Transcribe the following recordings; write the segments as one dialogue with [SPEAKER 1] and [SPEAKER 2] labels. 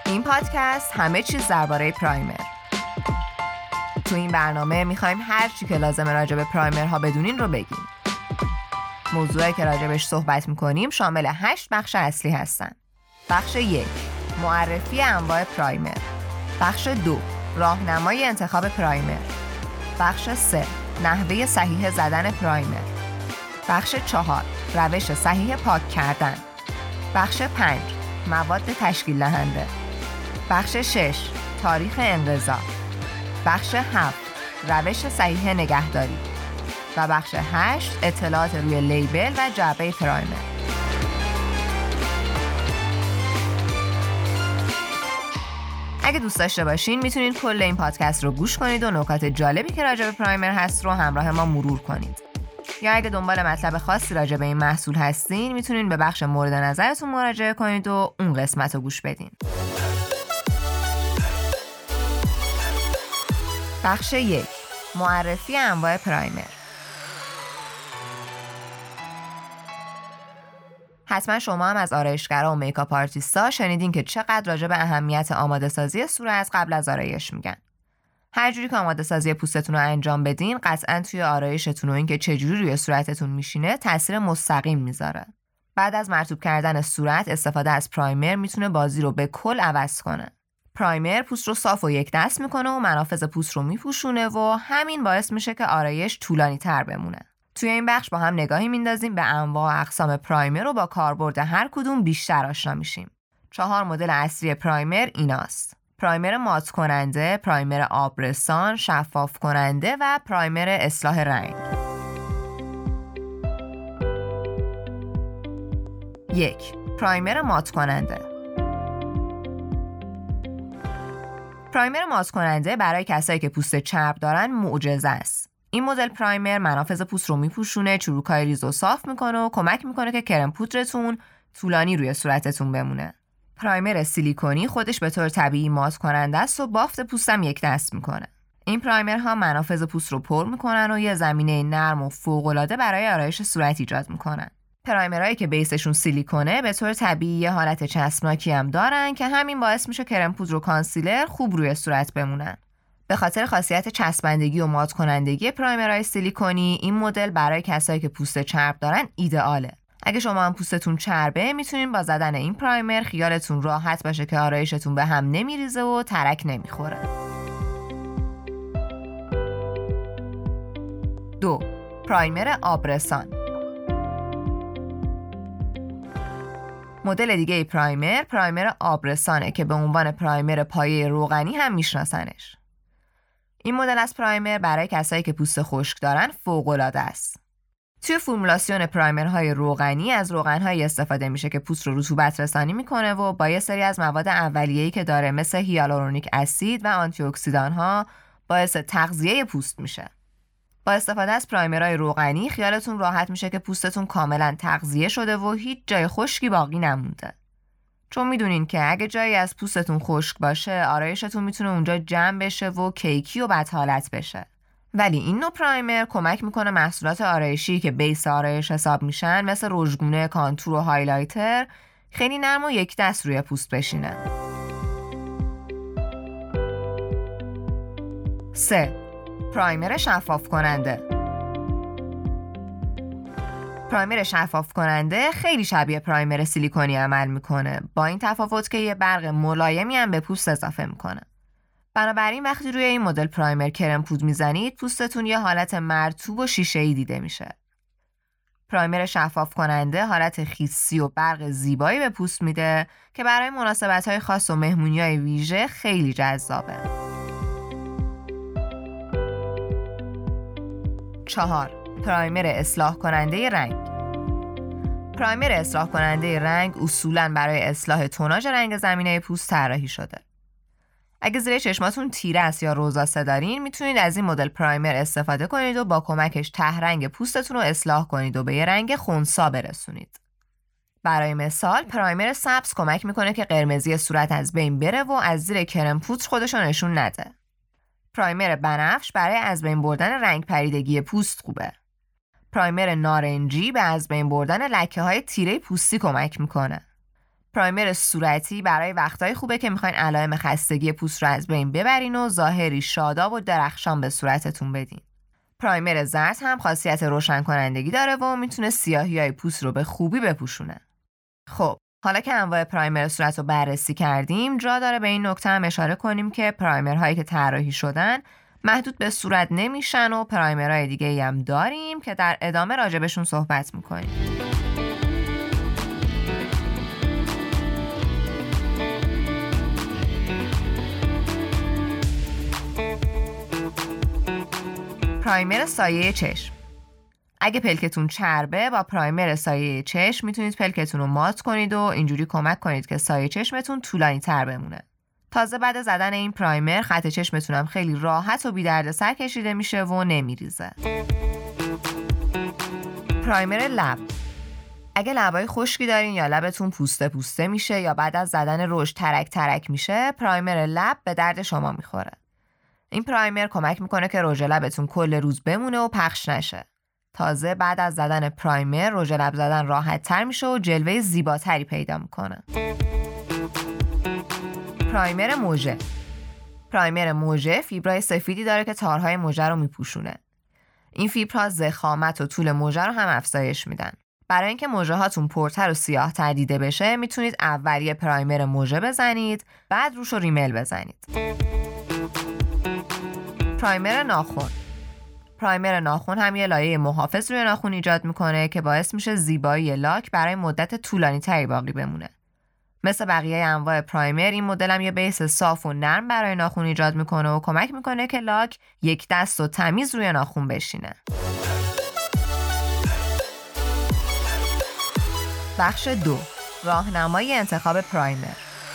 [SPEAKER 1] این پادکست همه چیز درباره پرایمر. تو این برنامه میخوایم هر چی که لازمه راجع به پرایمرها بدونین رو بگیم. موضوعی که راجبش صحبت میکنیم شامل 8 بخش اصلی هستن. بخش 1 معرفی انواع پرایمر. بخش 2 راهنمای انتخاب پرایمر. بخش 3 نحوه صحیح زدن پرایمر. بخش 4 روش صحیح پاک کردن. بخش 5 مواد تشکیل دهنده. بخش 6 تاریخ انقضا. بخش 7 روش صحیح نگهداری. و بخش 8 اطلاعات روی لیبل و جعبه پرایمر. اگه دوست داشته باشین میتونید کل این پادکست رو گوش کنید و نکات جالبی که راجع به پرایمر هست رو همراه ما مرور کنید. یا اگه دنبال مطلب خاصی راجع به این محصول هستین میتونین به بخش مورد نظرتون مراجعه کنید و اون قسمت رو گوش بدین. بخش 1 معرفی انواع پرایمر. حتما شما هم از آرایشگرا و میکاپ آرتیستا شنیدین که چقدر راجع به اهمیت آماده سازی صورت قبل از آرایش میگن. هر جوری که آماده سازی پوستتون رو انجام بدین قطعاً توی آرایشتون و اینکه چجوری روی صورتتون میشینه تاثیر مستقیم میذاره. بعد از مرطوب کردن صورت استفاده از پرایمر میتونه بازی رو به کل عوض کنه. پرایمر پوست رو صاف و یک دست میکنه و منافذ پوست رو میپوشونه و همین باعث میشه که آرایش طولانی تر بمونه. توی این بخش با هم نگاهی میندازیم به انواع و اقسام پرایمر و با کاربرد هر کدوم بیشتر آشنا میشیم. 4 مدل اصلی پرایمر ایناست: پرایمر مات کننده، پرایمر آبرسان، شفاف کننده و پرایمر اصلاح رنگ. 1. پرایمر مات کننده. پرایمر مات کننده برای کسایی که پوست چرب دارن معجزه است. این مدل پرایمر منافذ پوست رو میپوشونه، چروکای ریز رو صاف میکنه و کمک میکنه که کرم پودرتون طولانی روی صورتتون بمونه. پرایمر سیلیکونی خودش به طور طبیعی مات کننده است و بافت پوستم یک دست میکنه. این پرایمرها منافذ پوست رو پر میکنن و یه زمینه نرم و فوق‌العاده برای آرایش صورت ایجاد میکنن. پرایمرهایی که بیسشون سیلیکونه به طور طبیعی یه حالت چسبناکی هم دارن که همین باعث میشه کرم پودر و کانسیلر خوب روی صورت بمونن. به خاطر خاصیت چسبندگی و مات کنندگی پرایمرهای سیلیکونی این مدل برای کسایی که پوست چرب دارن ایدئاله. اگه شما هم پوستتون چربه میتونین با زدن این پرایمر خیالتون راحت باشه که آرایشتون به هم نمیریزه و ترک نمیخوره. 2. پرایمر آبرسان. مدل دیگه پرایمر آبرسانه که به عنوان پرایمر پایه روغنی هم میشناسنش. این مدل از پرایمر برای کسایی که پوست خشک دارن فوق‌العاده است. توی فرمولاسیون پرایمرهای روغنی از روغن‌هایی استفاده میشه که پوست رو رطوبت رسانی میکنه و با یه سری از مواد اولیه‌ای که داره مثل هیالورونیک اسید و آنتی اکسیدان‌ها باعث تغذیه پوست میشه. با استفاده از پرایمرهای روغنی خیالتون راحت میشه که پوستتون کاملا تغذیه شده و هیچ جای خشکی باقی نمونده. چون میدونین که اگه جایی از پوستتون خشک باشه آرایشتون میتونه اونجا جمع بشه و کیکی و بد حالت بشه. ولی این نوع پرایمر کمک میکنه محصولات آرایشی که بیس آرایش حساب میشن مثل رژگونه، کانتور و هایلایتر خیلی نرم و یک دست روی پوست بشینن. 3. پرایمر شفاف کننده. پرایمر شفاف کننده خیلی شبیه پرایمر سیلیکونی عمل میکنه، با این تفاوت که یه برق ملایمی هم به پوست اضافه میکنه. بنابراین وقتی روی این مدل پرایمر کرم پود میزنید پوستتون یه حالت مرطوب و شیشه‌ای دیده میشه. پرایمر شفاف کننده حالت خیسی و برق زیبایی به پوست میده که برای مناسبت‌های خاص و مهمونی‌های ویژه خیلی جذابه. 4. پرایمر اصلاح کننده رنگ. پرایمر اصلاح کننده رنگ اصولاً برای اصلاح توناژ رنگ زمینه پوست طراحی شده. اگه زیر چشماتون تیره است یا روزاسه دارین میتونید از این مدل پرایمر استفاده کنید و با کمکش ته رنگ پوستتون رو اصلاح کنید و به یه رنگ خنثی برسونید. برای مثال پرایمر سبز کمک میکنه که قرمزی صورت از بین بره و از زیر کرم پودر خودشو نشون نده. پرایمر بنفش برای از بین بردن رنگ پریدگی پوست خوبه. پرایمر نارنجی به از بین بردن لکه‌های تیره پوستی کمک میکنه. پرایمر صورتی برای وقتای خوبه که میخواین علائم خستگی پوست رو از بین ببرین و ظاهری شاداب و درخشان به صورتتون بدین. پرایمر زرد هم خاصیت روشن کنندگی داره و میتونه سیاهی‌های پوست رو به خوبی بپوشونه. خب حالا که انواع پرایمر صورت رو بررسی کردیم، جا داره به این نکته هم اشاره کنیم که پرایمرهایی که طراحی شدن محدود به صورت نمیشن و پرایمرهای دیگه‌ای هم داریم که در ادامه راجبشون صحبت میکنیم. پرایمر سایه چشم. اگه پلکتون چربه، با پرایمر سایه چشم میتونید پلکتون رو مات کنید و اینجوری کمک کنید که سایه چشمتون طولانی تر بمونه. تازه بعد زدن این پرایمر خط چشمتون هم خیلی راحت و بی دردسر کشیده میشه و نمیریزه. پرایمر لب. اگه لبای خشکی دارین یا لبتون پوسته پوسته میشه یا بعد از زدن رژ ترک ترک میشه، پرایمر لب به درد شما میخوره. این پرایمر کمک میکنه که رژ لبتون کل روز بمونه و پخش نشه. تازه بعد از زدن پرایمر رژ لب زدن راحت تر میشه و جلوه زیباتری پیدا میکنه. پرایمر موژه. پرایمر موژه فیبرای سفیدی داره که تارهای موژه رو میپوشونه. این فیبرها ضخامت و طول موژه رو هم افزایش میدن. برای اینکه موژه هاتون پرتر و سیاه‌تر دیده بشه، میتونید اول یه پرایمر موژه بزنید، بعد روش رو ریمل بزنید. پرایمر ناخن. پرایمر ناخن هم یه لایه محافظ روی ناخن ایجاد میکنه که باعث میشه زیبایی لاک برای مدت طولانی تری باقی بمونه. مثل بقیه انواع پرایمر، این مدل هم یه بیس صاف و نرم برای ناخن ایجاد میکنه و کمک میکنه که لاک یک دست و تمیز روی ناخن بشینه. بخش 2. راهنمای انتخاب پرایمر.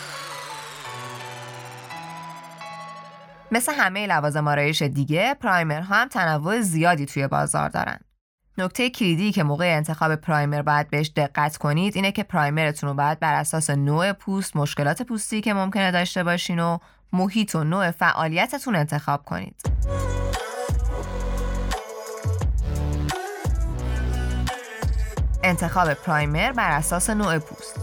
[SPEAKER 1] مثل همه لوازم آرایش دیگه، پرایمرها هم تنوع زیادی توی بازار دارن. نکته کلیدی که موقع انتخاب پرایمر باید بهش دقت کنید اینه که پرایمرتون رو باید بر اساس نوع پوست، مشکلات پوستی که ممکنه داشته باشین و محیط و نوع فعالیتتون انتخاب کنید. انتخاب پرایمر بر اساس نوع پوست.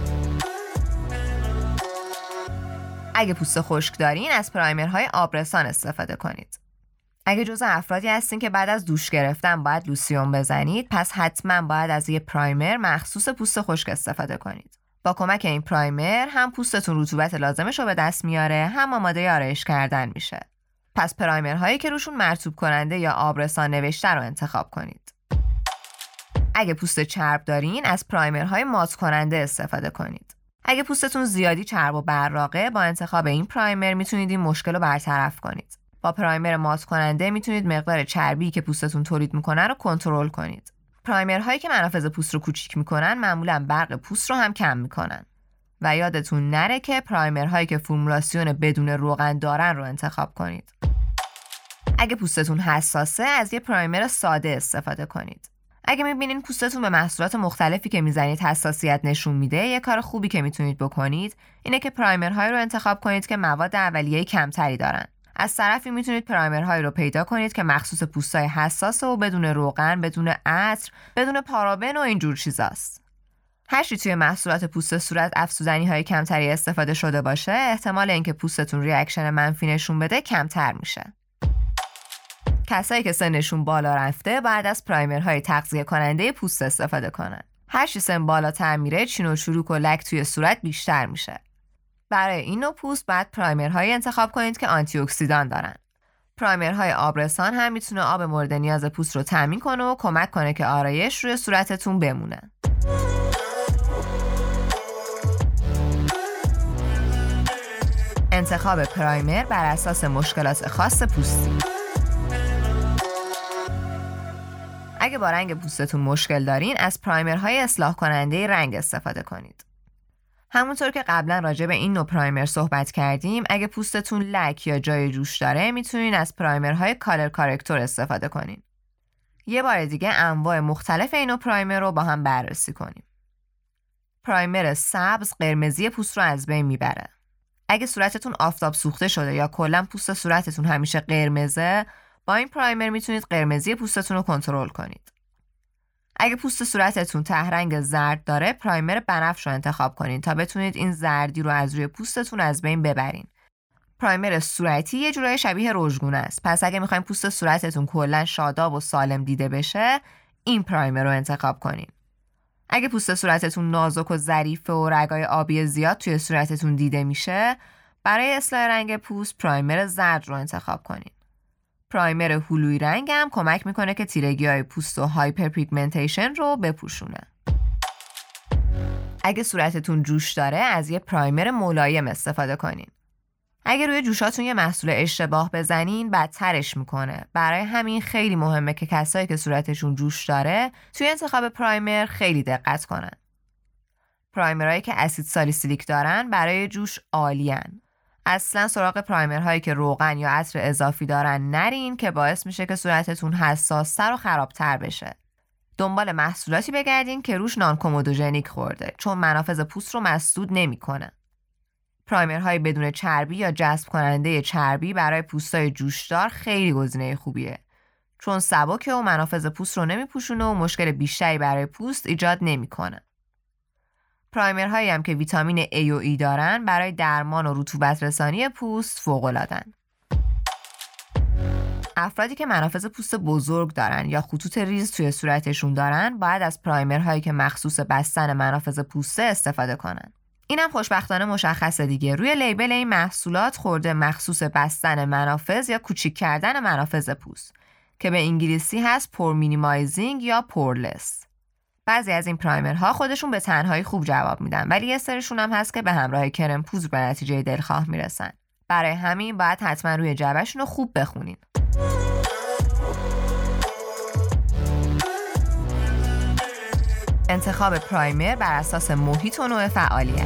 [SPEAKER 1] اگه پوست خشک دارین، از پرایمرهای آبرسان استفاده کنید. اگه جزو افرادی هستین که بعد از دوش گرفتن باید لوسیون بزنید، پس حتما باید از یه پرایمر مخصوص پوست خشک استفاده کنید. با کمک این پرایمر هم پوستتون رطوبت لازمش رو به دست میاره، هم آماده آرایش کردن میشه. پس پرایمرهایی که روشون مرطوب کننده یا آبرسان نوشته رو انتخاب کنید. اگه پوست چرب دارین، از پرایمرهای مات کننده استفاده کنید. اگه پوستتون زیادی چرب و براقه، با انتخاب این پرایمر میتونید این مشکل رو برطرف کنید. با پرایمر مات کننده میتونید مقدار چربی که پوستتون تولید میکنه رو کنترل کنید. پرایمرهایی که منافذ پوست رو کوچیک میکنن معمولاً برق پوست رو هم کم میکنن. و یادتون نره که پرایمرهایی که فرمولاسیون بدون روغن دارن رو انتخاب کنید. اگه پوستتون حساسه، از یه پرایمر ساده استفاده کنید. اگه میبینین پوستتون به محصولات مختلفی که میزنید حساسیت نشون میده، یه کار خوبی که میتونید بکنید اینه که پرایمرهایی رو انتخاب کنید که مواد اولیه کمتری دارن. از طرفی میتونید پرایمرهایی رو پیدا کنید که مخصوص پوستای حساس و بدون روغن، بدون عطر، بدون پارابن و اینجور چیزاست. هر چی توی محصولات پوست صورت افزودنی‌های کمتری استفاده شده باشه، احتمال اینکه پوستتون ریاکشن منفی نشون بده کمتر میشه. کسایی که سنشون بالا رفته باید از پرایمرهای تغذیه کننده پوست استفاده کنن. هر چی سن بالاتر میره، چین و چروک و لک توی صورت بیشتر میشه. برای این نوع پوست باید پرایمرهایی انتخاب کنید که آنتی اکسیدان دارن. پرایمرهای آبرسان هم میتونه آب مورد نیاز پوست رو تامین کنه و کمک کنه که آرایش روی صورتتون بمونه. انتخاب پرایمر بر اساس مشکلات خاص پوستی. اگه با رنگ پوستتون مشکل دارین، از پرایمرهای اصلاح کننده رنگ استفاده کنید. همونطور که قبلا راجع به این نوع پرایمر صحبت کردیم، اگه پوستتون لک یا جای جوش داره، میتونین از پرایمرهای کالر کارکتور استفاده کنین. یه بار دیگه انواع مختلف این نوع پرایمر رو با هم بررسی کنیم. پرایمر سبز قرمزی پوست رو از بین میبره. اگه صورتتون آفتاب سوخته شده یا کلا پوست صورتتون همیشه قرمزه، با این پرایمر میتونید قرمزی پوستتون رو کنترل کنید. اگه پوست صورتتون ته رنگ زرد داره، پرایمر بنفش رو انتخاب کنین تا بتونید این زردی رو از روی پوستتون از بین ببرین. پرایمر صورتی یه جورای شبیه رژگونه است. پس اگه میخواین پوست صورتتون کلاً شاداب و سالم دیده بشه، این پرایمر رو انتخاب کنین. اگه پوست صورتتون نازک و ظریفه و رگای آبی زیاد توی صورتتون دیده میشه، برای اصلاح رنگ پوست پرایمر زرد رو انتخاب کنین. پرایمر هلوئی رنگ هم کمک میکنه که تیرگی‌های پوست و هایپر پیگمنتیشن رو بپوشونه. اگه صورتتون جوش داره، از یه پرایمر ملایم استفاده کنین. اگه روی جوشاتون یه محصول اشتباه بزنین، بدترش میکنه. برای همین خیلی مهمه که کسایی که صورتشون جوش داره توی انتخاب پرایمر خیلی دقت کنن. پرایمرهایی که اسید سالیسیلیک دارن برای جوش عالیان. اصلا سراغ پرایمرهایی که روغن یا عطر اضافی دارن نرین که باعث میشه که صورتتون حساس‌تر و خرابتر بشه. دنبال محصولاتی بگردین که روش نانکومودوژنیک خورده، چون منافذ پوست رو مسدود نمیکنه. پرایمرهای بدون چربی یا جذب کننده چربی برای پوستای جوشدار خیلی گزینه خوبیه، چون سبکه و منافذ پوست رو نمیپوشونه و مشکل بیشتری برای پوست ایجاد نمیکنه. پرایمرهایی هم که ویتامین A و E دارن برای درمان و رطوبت رسانی پوست فوق‌العاده‌ان. افرادی که منافذ پوست بزرگ دارن یا خطوط ریز توی صورتشون دارن باید از پرایمرهایی که مخصوص بستن منافذ پوسته استفاده کنن. اینم خوشبختانه مشخصه دیگه. روی لیبل این محصولات خورده مخصوص بستن منافذ یا کوچیک کردن منافذ پوست که به انگلیسی هست پور مینیمایزینگ یا پورلس. بعضی از این پرایمرها خودشون به تنهایی خوب جواب میدن، ولی یه سرشون هم هست که به همراه کرم پودر به نتیجه دلخواه میرسن. برای همین باید حتما روی جعبه‌شون رو خوب بخونین. انتخاب پرایمر بر اساس محیط و نوع فعالیت.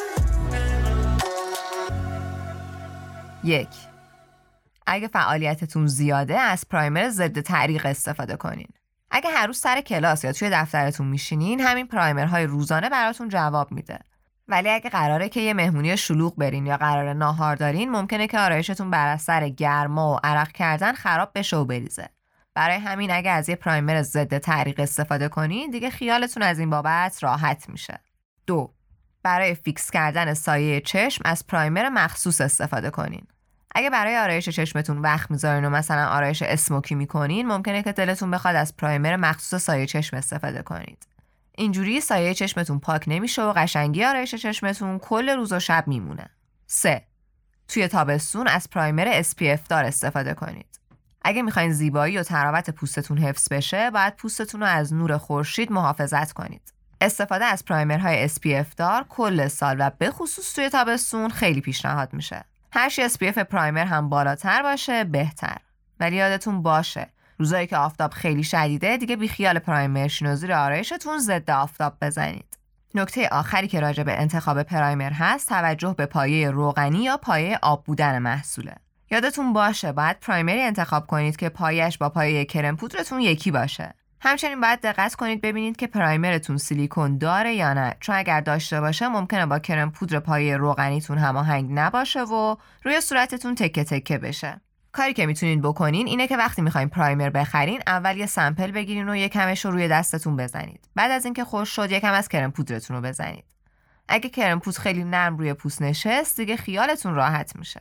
[SPEAKER 1] 1. اگه فعالیتتون زیاده، از پرایمر ضد تعریق استفاده کنین. اگه هر روز سر کلاس یا توی دفترتون میشینین، همین پرایمرهای روزانه براتون جواب میده. ولی اگه قراره که یه مهمونی شلوغ برین یا قراره ناهار دارین، ممکنه که آرایشتون بر اثر گرما و عرق کردن خراب بشه و بریزه. برای همین اگه از یه پرایمر ضد تعریق استفاده کنین، دیگه خیالتون از این بابت راحت میشه. 2. برای فیکس کردن سایه چشم از پرایمر مخصوص استفاده کنین. اگه برای آرایش چشمتون وقت میذارین و مثلا آرایش اسموکی میکنین، ممکنه که دلتون بخواد از پرایمر مخصوص سایه چشم استفاده کنید. اینجوری سایه چشمتون پاک نمیشه و قشنگی آرایش چشمتون کل روز و شب میمونه. 3. توی تابستون از پرایمر SPF دار استفاده کنید. اگه میخواین زیبایی و طراوت پوستتون حفظ بشه، باید پوستتون رو از نور خورشید محافظت کنید. استفاده از پرایمرهای SPF دار کل سال و به خصوص توی تابستون خیلی پیشنهاد میشه. هرچی SPF پرایمر هم بالاتر باشه بهتر. ولی یادتون باشه روزایی که آفتاب خیلی شدیده، دیگه بیخیال پرایمر شین و زیر آرایشتون ضد آفتاب بزنید. نکته آخری که راجع به انتخاب پرایمر هست، توجه به پایه روغنی یا پایه آب بودن محصوله. یادتون باشه باید پرایمری انتخاب کنید که پایه‌اش با پایه کرم پودرتون یکی باشه. همچنین باید دقت کنید ببینید که پرایمرتون سیلیکون داره یا نه، چون اگر داشته باشه ممکنه با کرم پودر پایه روغنیتون هماهنگ نباشه و روی صورتتون تکه تکه بشه. کاری که میتونین بکنین اینه که وقتی میخواین پرایمر بخرین، اول یه سمپل بگیرین و یکمش رو روی دستتون بزنید. بعد از اینکه خوش شد، یکم از کرم پودرتون رو بزنید. اگه کرم پودر خیلی نرم روی پوست نشست، دیگه خیالتون راحت میشه.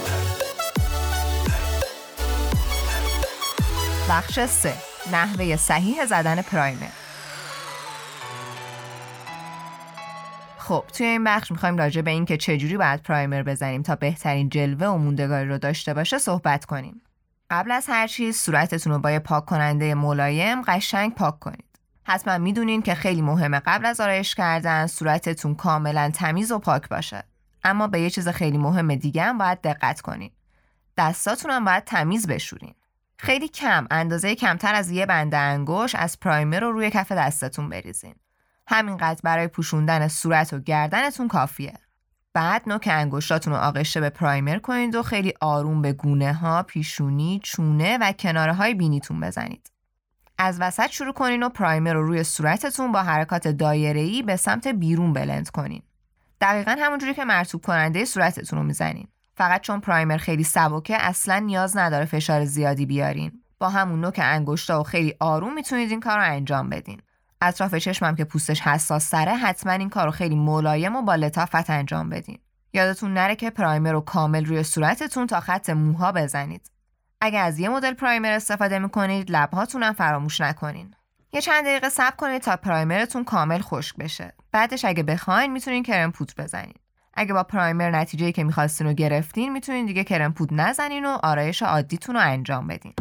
[SPEAKER 1] بخش 3. نحوه صحیح زدن پرایمر. خب توی این بخش میخوایم راجع به این که چجوری باید پرایمر بزنیم تا بهترین جلوه و موندگاری رو داشته باشه صحبت کنیم. قبل از هر چیز صورتتون رو با یه پاک کننده ملایم قشنگ پاک کنید. حتما میدونین که خیلی مهمه قبل از آرایش کردن صورتتون کاملا تمیز و پاک باشه. اما به یه چیز خیلی مهم دیگه هم باید دقت کنین. دستاتون هم باید تمیز بشورین. خیلی کم، اندازه کمتر از یه بند انگشت از پرایمر رو روی کف دستتون بریزین. همینقدر برای پوشوندن صورت و گردنتون کافیه. بعد نوک انگشتاتون رو آغشته به پرایمر کنید و خیلی آروم به گونه ها، پیشونی، چونه و کناره های بینیتون بزنید. از وسط شروع کنین و پرایمر رو روی صورتتون با حرکات دایره‌ای به سمت بیرون بلند کنین. دقیقاً همونجوری که مرطوب کننده صورتتون رو میزنین. فقط چون پرایمر خیلی سبکه اصلاً نیاز نداره فشار زیادی بیارین. با همون نوک انگشتا و خیلی آروم میتونید این کار رو انجام بدین. اطراف چشمم که پوستش حساس تره حتما این کارو خیلی ملایم و با لطافت انجام بدین. یادتون نره که پرایمر رو کامل روی صورتتون تا خط موها بزنید. اگه از یه مدل پرایمر استفاده میکنید لب‌هاتون هم فراموش نکنین. یه چند دقیقه صبر کنید تا پرایمرتون کامل خشک بشه. بعدش اگه بخواین میتونین کرم پودر بزنین. اگه با پرایمر نتیجه‌ای که می‌خواستین رو گرفتین میتونین دیگه کرم پودر نزنین و آرایش عادیتون رو انجام بدین.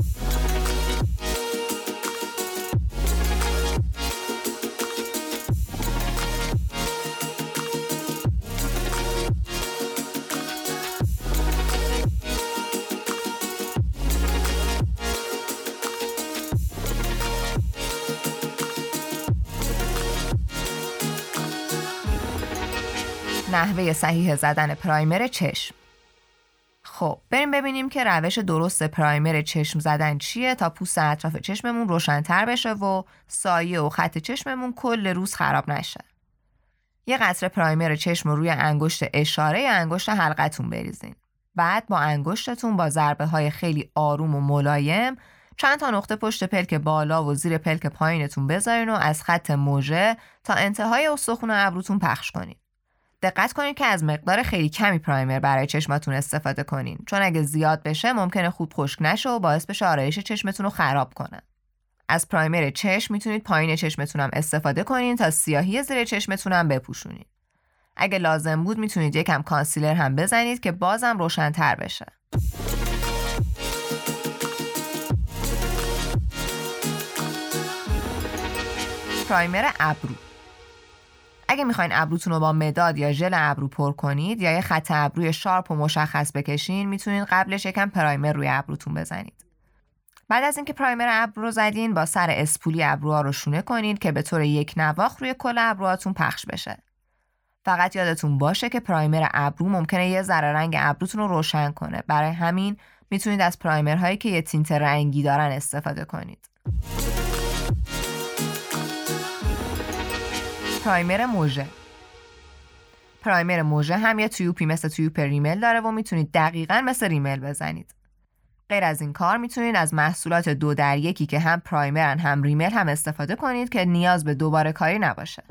[SPEAKER 1] نحوه صحیح زدن پرایمر چشم. خب بریم ببینیم که روش درست پرایمر چشم زدن چیه تا پوست اطراف چشممون روشن‌تر بشه و سایه و خط چشممون کل روز خراب نشه. یه قطره پرایمر چشم رو روی انگشت اشاره یا انگشت حلقتون بریزین. بعد با انگشتتون با ضربه‌های خیلی آروم و ملایم چند تا نقطه پشت پلک بالا و زیر پلک پایینتون بذارین و از خط موژه تا انتهای استخوان ابروتون پخش کنین. دقت کنید که از مقدار خیلی کمی پرایمر برای چشمتون استفاده کنین، چون اگه زیاد بشه ممکنه خوب خشک نشه و باعث بشه آرایش چشمتون رو خراب کنه. از پرایمر چشم میتونید پایین چشمتون هم استفاده کنین تا سیاهی زیر چشمتون هم بپوشونید. اگه لازم بود میتونید یکم کانسیلر هم بزنید که بازم روشن‌تر بشه. پرایمر ابرو. اگه میخواین ابروتون رو با مداد یا ژل ابرو پر کنید یا یه خط ابروی شارپ و مشخص بکشین، میتونین قبلش یکم پرایمر روی ابروتون بزنید. بعد از اینکه پرایمر ابرو رو زدین، با سر اسپولی ابروها رو شونه کنید که به طور یک نواخت روی کل ابروهاتون پخش بشه. فقط یادتون باشه که پرایمر ابرو ممکنه یه ذره رنگ ابروتون رو روشن کنه. برای همین میتونید از پرایمرهایی که یه تینت رنگی دارن استفاده کنید. پرایمر موژه. پرایمر موژه هم یه تیوبی مثل تیوب ریمل داره و میتونید دقیقاً مثل ریمل بزنید. غیر از این کار میتونید از محصولات 2 در 1 که هم پرایمرن هم ریمل هم استفاده کنید که نیاز به دوباره کاری نباشه.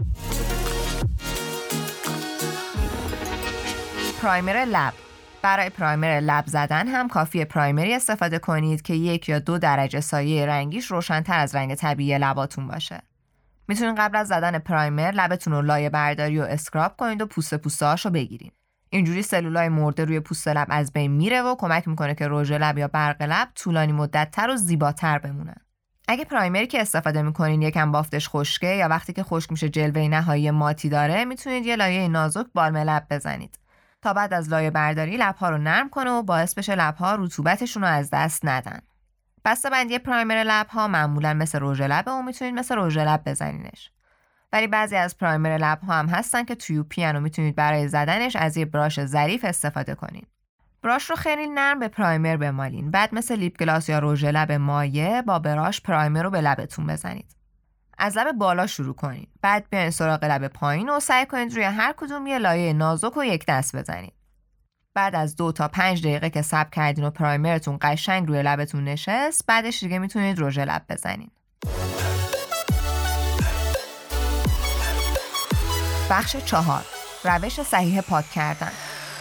[SPEAKER 1] پرایمر لب. برای پرایمر لب زدن هم کافیه پرایمری استفاده کنید که 1 یا 2 درجه سایه رنگیش روشن‌تر از رنگ طبیعی لباتون باشه. میتونین قبل از زدن پرایمر لبتون رو لایه برداری و اسکراب کنید و پوسته هاشو بگیرین. اینجوری سلولای مرده روی پوست لب از بین میره و کمک میکنه که رژ لب یا برق لب طولانی مدت‌تر و زیباتر بمونه. اگه پرایمری که استفاده میکنین یکم بافتش خشکه یا وقتی که خشک میشه جلوه نهایی ماتی داره، میتونید یه لایه نازک بالم لب بزنید تا بعد از لایه برداری لب‌ها رو نرم کنه و باعث بشه لب‌ها رطوبتشون رو از دست ندن. بسته‌بندی پرایمر لب‌ها معمولاً مثل رژ لبه و میتونید مثل رژ لب بزنینش. ولی بعضی از پرایمر لب‌ها هم هستن که تیوبی ان و میتونید برای زدنش از یه براش ظریف استفاده کنین. براش رو خیلی نرم به پرایمر بمالین. بعد مثل لیپ گلاس یا رژ لب مایع با براش پرایمر رو به لبتون بزنید. از لب بالا شروع کنید. بعد بیاین سراغ لب پایین و سعی کنید روی هر کدوم یه لایه نازک و یک دست بزنید. بعد از 2 تا 5 دقیقه که صبر کردین و پرایمرتون قشنگ روی لبتون نشست، بعدش دیگه میتونید رژ لب بزنین. بخش 4. روش صحیح پاک کردن.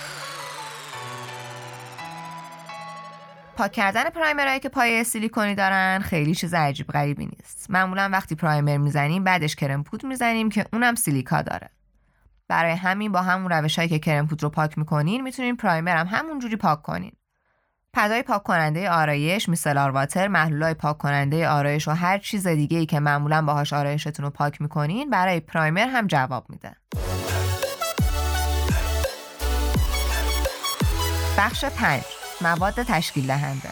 [SPEAKER 1] پاک کردن پرایمرهایی که پایه سیلیکونی دارن خیلی چیز عجیب غریبی نیست. معمولا وقتی پرایمر میزنیم بعدش کرم پودر میزنیم که اونم سیلیکا داره. برای همین با همون روشایی که کرم پودر رو پاک میکنین میتونین پرایمر هم همونجوری پاک کنین. پدای پاک کننده آرایش، میسلار واتر، محلولای پاک کننده آرایش و هر چیز دیگه‌ای که معمولا باهاش آرایشتون رو پاک میکنین برای پرایمر هم جواب میده. بخش 5. مواد تشکیل دهنده.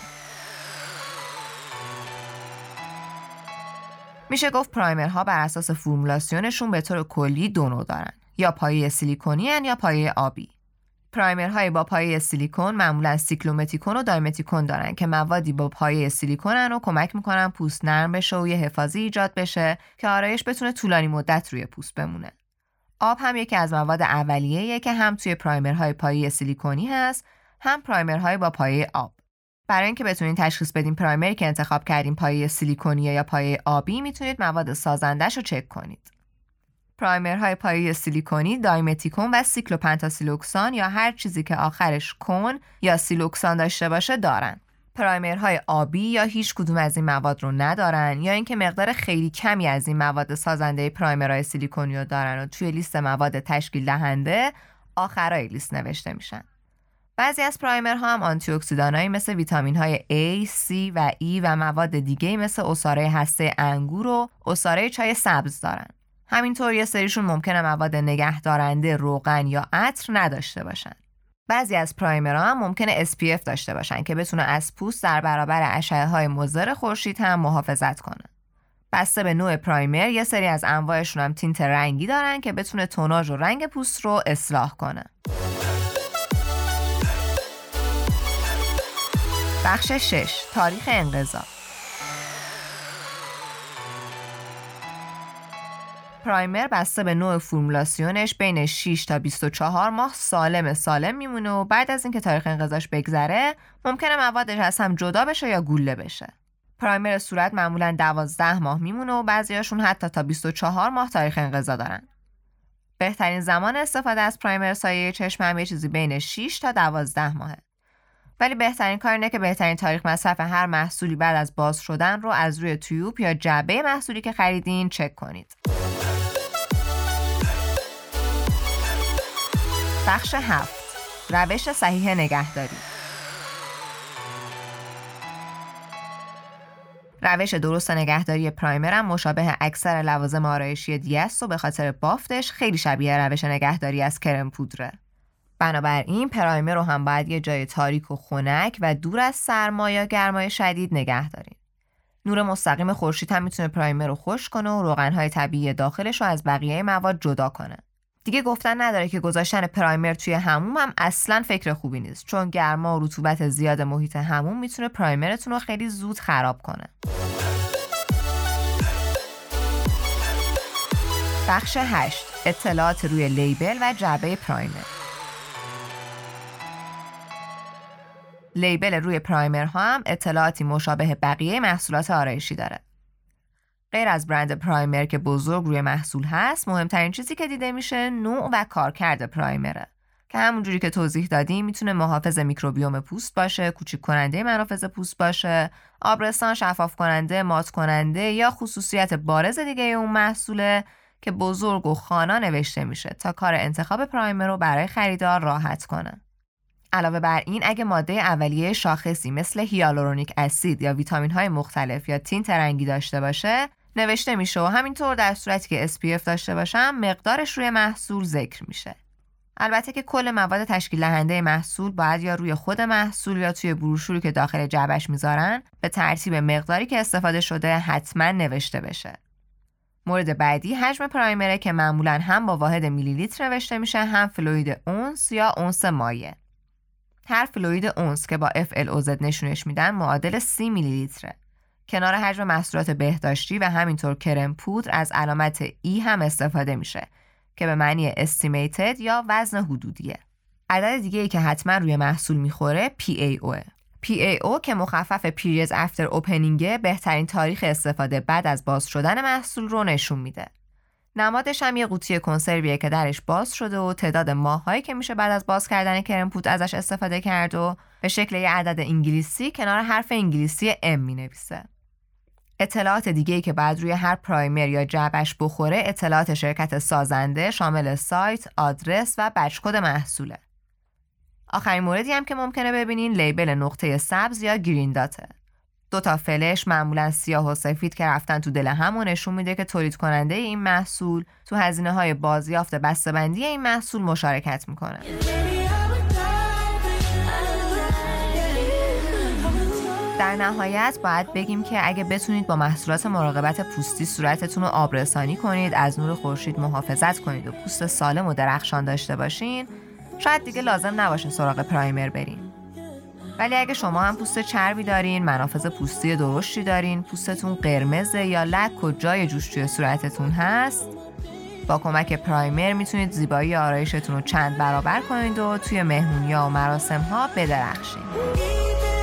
[SPEAKER 1] میشه گفت پرایمرها بر اساس فرمولاسیونشون به طور کلی 2 نوع دارن، یا پایه سیلیکونی یا پایه آبی. پرایمرهای با پایه سیلیکون معمولا سیکلومتیکون و دایمتیکون دارن که موادی با پایه سیلیکونن و کمک میکنن پوست نرم بشه و یه حفاظی ایجاد بشه که آرایش بتونه طولانی مدت روی پوست بمونه. آب هم یکی از مواد اولیه‌ایه که هم توی پرایمرهای پایه سیلیکونی هست، هم پرایمرهای با پایه آب. برای اینکه بتونید تشخیص بدین پرایمری که انتخاب کردین پایه سیلیکونیه یا پایه آبی، میتونید مواد سازندش رو چک کنید. پرایمرهای پایه سیلیکونی دایمتیکون و سیکلوپنتاسیلوکسان یا هر چیزی که آخرش کون یا سیلوکسان داشته باشه دارن. پرایمرهای آبی یا هیچ کدوم از این مواد رو ندارن یا اینکه مقدار خیلی کمی از این مواد سازنده پرایمرهای سیلیکونی رو دارن و توی لیست مواد تشکیل دهنده آخرای لیست نوشته میشن. بعضی از پرایمرها هم آنتی اکسیدانایی مثل ویتامین‌های A، C و E و مواد دیگه‌ای مثل عصاره هسته انگور و عصاره چای سبز دارن. همینطور یه سریشون ممکنه مواد نگهدارنده، روغن یا عطر نداشته باشن. بعضی از پرایمرها هم ممکنه SPF داشته باشن که بتونه از پوست در برابر اشعه‌های مضر خورشید هم محافظت کنه. بسته به نوع پرایمر یه سری از انواعشون هم تینت رنگی دارن که بتونه توناژ و رنگ پوست رو اصلاح کنه. بخش 6. تاریخ انقضا. پرایمر بسته به نوع فرمولاسیونش بین 6 تا 24 ماه سالم میمونه و بعد از اینکه تاریخ انقضاش بگذره ممکنه موادش از هم جدا بشه یا گوله بشه. پرایمر صورت معمولاً 12 ماه میمونه و بعضیاشون حتی تا 24 ماه تاریخ انقضا دارن. بهترین زمان استفاده از پرایمر سایه چشم هم یه چیزی بین 6 تا 12 ماهه. ولی بهترین کار اینه که بهترین تاریخ مصرف هر محصولی بعد از باز شدن رو از روی تیوب یا جعبه محصولی که خریدین چک کنید. بخش 7. روش صحیح نگهداری. روش درست نگهداری پرایمر هم مشابه اکثر لوازم آرایشی دیگه است و به خاطر بافتش خیلی شبیه روش نگهداری از کرم پودره. بنابراین پرایمر رو هم باید یه جای تاریک و خنک و دور از سرما یا گرمای شدید نگه دارین. نور مستقیم خورشید هم میتونه پرایمر رو خشک کنه و روغن‌های طبیعی داخلش رو از بقیه مواد جدا کنه. دیگه گفتن نداره که گذاشتن پرایمر توی حموم هم اصلاً فکر خوبی نیست، چون گرما و رطوبت زیاد محیط حموم میتونه پرایمرتون رو خیلی زود خراب کنه. بخش 8. اطلاعات روی لیبل و جعبه پرایمر. لیبل روی پرایمرها هم اطلاعاتی مشابه بقیه محصولات آرایشی داره. غیر از برند پرایمر که بزرگ روی محصول هست، مهمترین چیزی که دیده میشه نوع و کارکرد پرایمره که همونجوری که توضیح دادیم میتونه محافظ میکروبیوم پوست باشه، کوچیک کننده منافذ پوست باشه، آبرسان، شفاف کننده، مات کننده یا خصوصیت بارز دیگه اون محصوله که بزرگ و خوانا نوشته میشه تا کار انتخاب پرایمر رو برای خریدار راحت کنه. علاوه بر این اگه ماده اولیه شاخصی مثل هیالورونیک اسید یا ویتامین‌های مختلف یا تینت رنگی داشته باشه نوشته میشه و همینطور در صورتی که SPF داشته باشم مقدارش روی محصول ذکر میشه. البته که کل مواد تشکیل دهنده محصول باید یا روی خود محصول یا توی بروشوری که داخل جعبش میذارن به ترتیب مقداری که استفاده شده حتما نوشته بشه. مورد بعدی حجم پرایمره که معمولاً هم با واحد میلی لیتر نوشته میشه هم فلوید اونس یا اونس مایع. هر فلوید اونس که با FLOZ نشونش میدن معادل 30 میلی لیتره. کنار حجم محصولات بهداشتی و همینطور کرم پودر از علامت E هم استفاده میشه که به معنی estimated یا وزن حدودیه. عدد دیگه ای که حتما روی محصول میخوره PAO. PAO که مخفف periods after opening بهترین تاریخ استفاده بعد از باز شدن محصول رو نشون میده. نمادش هم یه قوطی کنسرویه که درش باز شده و تعداد ماه‌هایی که میشه بعد از باز کردن کرم پودر ازش استفاده کرد و به شکل یه عدد انگلیسی کنار حرف انگلیسی M مینویسه. اطلاعات دیگه‌ای که بعد روی هر پرایمر یا جعبش بخوره اطلاعات شرکت سازنده شامل سایت، آدرس و بچ کد محصوله. آخرین موردی هم که ممکنه ببینین لیبل نقطه سبز یا گرین داته. 2 تا فلش معمولا سیاه و سفید که رفتن تو دل هم و نشون میده که تولید کننده این محصول تو هزینه‌های بازیافت بسته‌بندی این محصول مشارکت میکنه. در نهایت باید بگیم که اگه بتونید با محصولات مراقبت پوستی صورتتون رو آبرسانی کنید، از نور خورشید محافظت کنید و پوست سالم و درخشان داشته باشین، شاید دیگه لازم نباشه سراغ پرایمر برین. ولی اگه شما هم پوست چربی دارین، منافذ پوستی درشتی دارین، پوستتون قرمزه یا لک و جای جوش توی صورتتون هست، با کمک پرایمر میتونید زیبایی آرایشتون رو چند برابر کنید و توی مهمونی‌ها و مراسم‌ها بدرخشید.